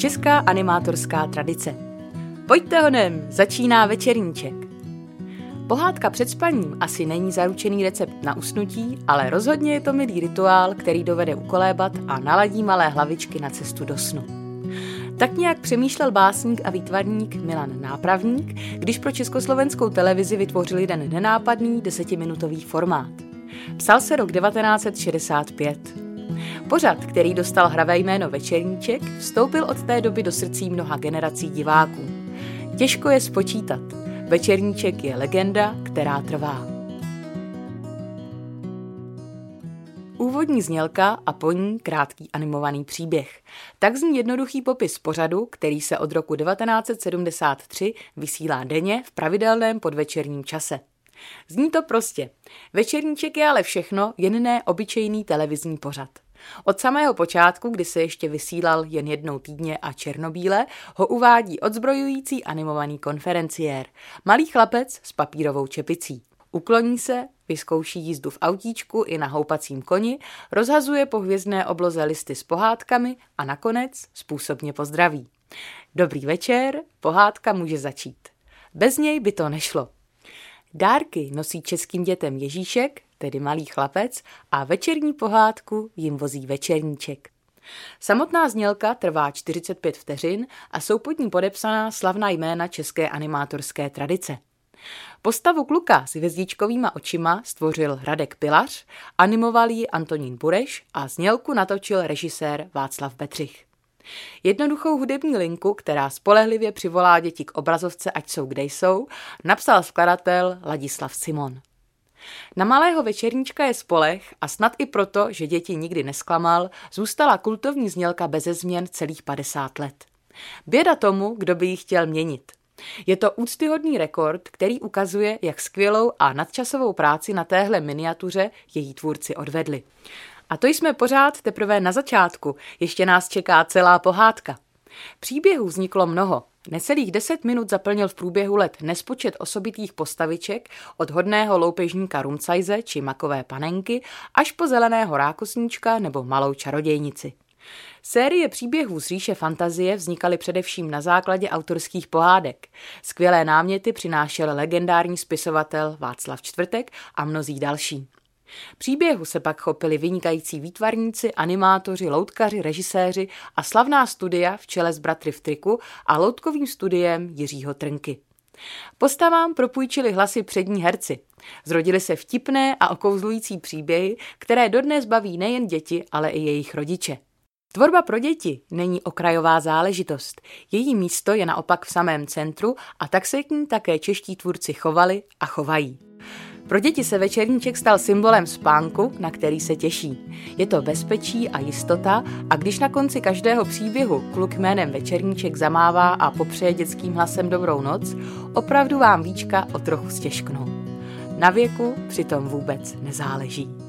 Česká animátorská tradice. Pojďte honem, začíná večerníček. Pohádka před spaním asi není zaručený recept na usnutí, ale rozhodně je to milý rituál, který dovede ukolébat a naladí malé hlavičky na cestu do snu. Tak nějak přemýšlel básník a výtvarník Milan Nápravník, když pro československou televizi vytvořil jeden nenápadný 10minutový formát. Psal se rok 1965. Pořad, který dostal hravé jméno Večerníček, vstoupil od té doby do srdcí mnoha generací diváků. Těžko je spočítat. Večerníček je legenda, která trvá. Úvodní znělka a po ní krátký animovaný příběh. Tak zní jednoduchý popis pořadu, který se od roku 1973 vysílá denně v pravidelném podvečerním čase. Zní to prostě. Večerníček je ale všechno, jen ne obyčejný televizní pořad. Od samého počátku, kdy se ještě vysílal jen jednou týdně a černobíle, ho uvádí odzbrojující animovaný konferenciér. Malý chlapec s papírovou čepicí. Ukloní se, vyzkouší jízdu v autíčku i na houpacím koni, rozhazuje po hvězdné obloze listy s pohádkami a nakonec způsobně pozdraví. Dobrý večer, pohádka může začít. Bez něj by to nešlo. Dárky nosí českým dětem Ježíšek, tedy malý chlapec, a večerní pohádku jim vozí Večerníček. Samotná znělka trvá 45 vteřin a jsou pod ní podepsaná slavná jména české animátorské tradice. Postavu kluka s hvězdičkovýma očima stvořil Radek Pilař, animoval ji Antonín Bureš a znělku natočil režisér Václav Bedřich. Jednoduchou hudební linku, která spolehlivě přivolá děti k obrazovce, ať jsou kde jsou, napsal skladatel Ladislav Simon. Na malého večerníčka je spoleh a snad i proto, že děti nikdy nesklamal, zůstala kultovní znělka beze změn celých 50 let. Běda tomu, kdo by ji chtěl měnit. Je to úctyhodný rekord, který ukazuje, jak skvělou a nadčasovou práci na téhle miniatuře její tvůrci odvedli. A to jsme pořád teprve na začátku, ještě nás čeká celá pohádka. Příběhů vzniklo mnoho. Necelých 10 minut zaplnil v průběhu let nespočet osobitých postaviček od hodného loupežníka Rumcajze či makové panenky až po zeleného rákosníčka nebo malou čarodějnici. Série příběhů z říše fantazie vznikaly především na základě autorských pohádek. Skvělé náměty přinášel legendární spisovatel Václav Čtvrtek a mnozí další. Příběhu se pak chopili vynikající výtvarníci, animátoři, loutkaři, režiséři a slavná studia v čele s Bratry v triku a loutkovým studiem Jiřího Trnky. Postavám propůjčili hlasy přední herci. Zrodily se vtipné a okouzlující příběhy, které dodnes baví nejen děti, ale i jejich rodiče. Tvorba pro děti není okrajová záležitost. Její místo je naopak v samém centru a tak se k ní také čeští tvůrci chovali a chovají. Pro děti se Večerníček stal symbolem spánku, na který se těší. Je to bezpečí a jistota a když na konci každého příběhu kluk jménem Večerníček zamává a popřeje dětským hlasem dobrou noc, opravdu vám víčka o trochu stěžknou. Na věku přitom vůbec nezáleží.